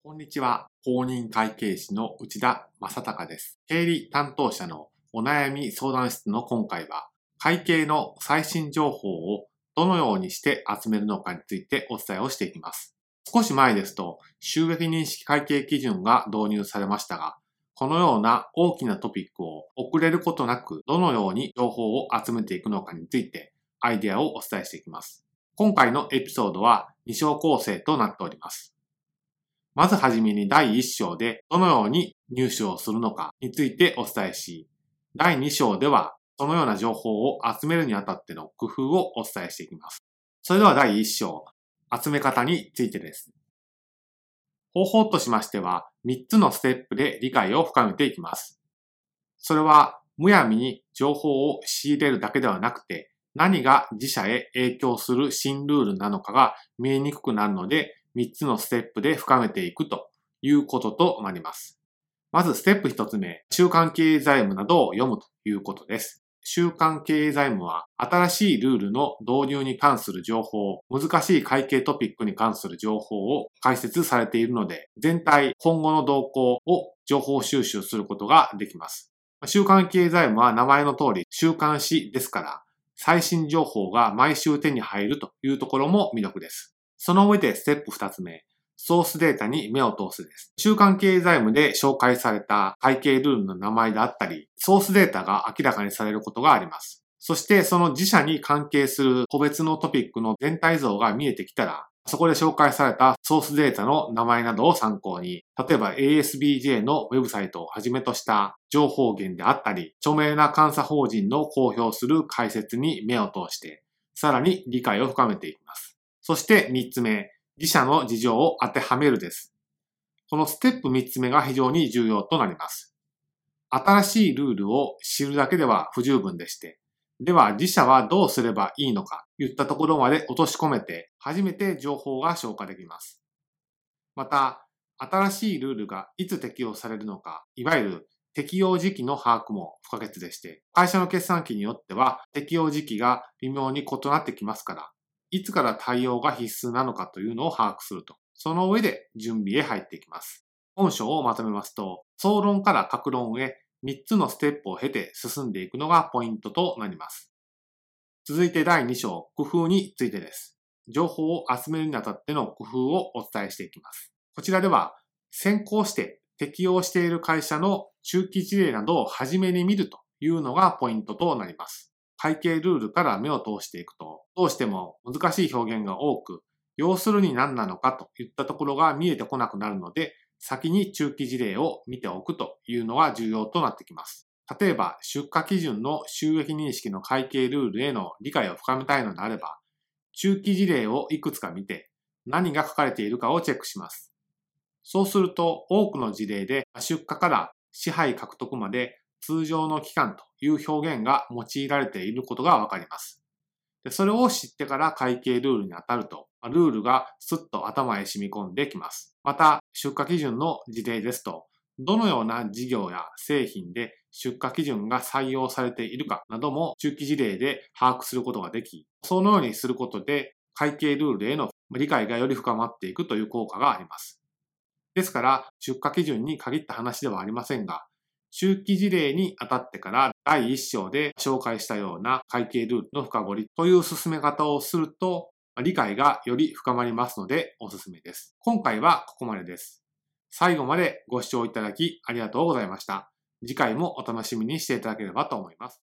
こんにちは。公認会計士の内田正孝です。経理担当者のお悩み相談室の今回は、会計の最新情報をどのようにして集めるのかについてお伝えをしていきます。少し前ですと、収益認識会計基準が導入されましたが、このような大きなトピックを遅れることなくどのように情報を集めていくのかについてアイデアをお伝えしていきます。今回のエピソードは2章構成となっております。まずはじめに第1章でどのように入手をするのかについてお伝えし、第2章ではそのような情報を集めるにあたっての工夫をお伝えしていきます。それでは第1章、集め方についてです。方法としましては3つのステップで理解を深めていきます。それはむやみに情報を仕入れるだけではなくて、何が自社へ影響する新ルールなのかが見えにくくなるので、3つのステップで深めていくということとなります。まずステップ1つ目、週間経営財務などを読むということです。週間経営財務は新しいルールの導入に関する情報、難しい会計トピックに関する情報を解説されているので、全体、今後の動向を情報収集することができます。週間経営財務は名前の通り週刊誌ですから、最新情報が毎週手に入るというところも魅力です。その上でステップ2つ目、ソースデータに目を通すです。週間経営財務で紹介された会計ルールの名前であったり、ソースデータが明らかにされることがあります。そしてその自社に関係する個別のトピックの全体像が見えてきたら、そこで紹介されたソースデータの名前などを参考に、例えば ASBJ のウェブサイトをはじめとした情報源であったり、著名な監査法人の公表する解説に目を通して、さらに理解を深めていきます。そして3つ目、自社の事情を当てはめるです。このステップ3つ目が非常に重要となります。新しいルールを知るだけでは不十分でして、では自社はどうすればいいのかといったところまで落とし込めて、初めて情報が消化できます。また、新しいルールがいつ適用されるのか、いわゆる適用時期の把握も不可欠でして、会社の決算期によっては適用時期が微妙に異なってきますから、いつから対応が必須なのかというのを把握すると。その上で準備へ入っていきます。本書をまとめますと、総論から各論へ3つのステップを経て進んでいくのがポイントとなります。続いて第2章、工夫についてです。情報を集めるにあたっての工夫をお伝えしていきます。こちらでは、先行して適用している会社の中期事例などを初めに見るというのがポイントとなります。会計ルールから目を通していくと、どうしても難しい表現が多く、要するに何なのかといったところが見えてこなくなるので、先に中期事例を見ておくというのが重要となってきます。例えば、出荷基準の収益認識の会計ルールへの理解を深めたいのであれば、中期事例をいくつか見て、何が書かれているかをチェックします。そうすると、多くの事例で出荷から支配獲得まで通常の期間という表現が用いられていることがわかります。それを知ってから会計ルールに当たると、ルールがスッと頭へ染み込んできます。また、出荷基準の事例ですと、どのような事業や製品で出荷基準が採用されているかなども中期事例で把握することができ、そのようにすることで会計ルールへの理解がより深まっていくという効果があります。ですから、出荷基準に限った話ではありませんが、中期事例にあたってから第1章で紹介したような会計ルールの深掘りという進め方をすると理解がより深まりますのでおすすめです。今回はここまでです。最後までご視聴いただきありがとうございました。次回もお楽しみにしていただければと思います。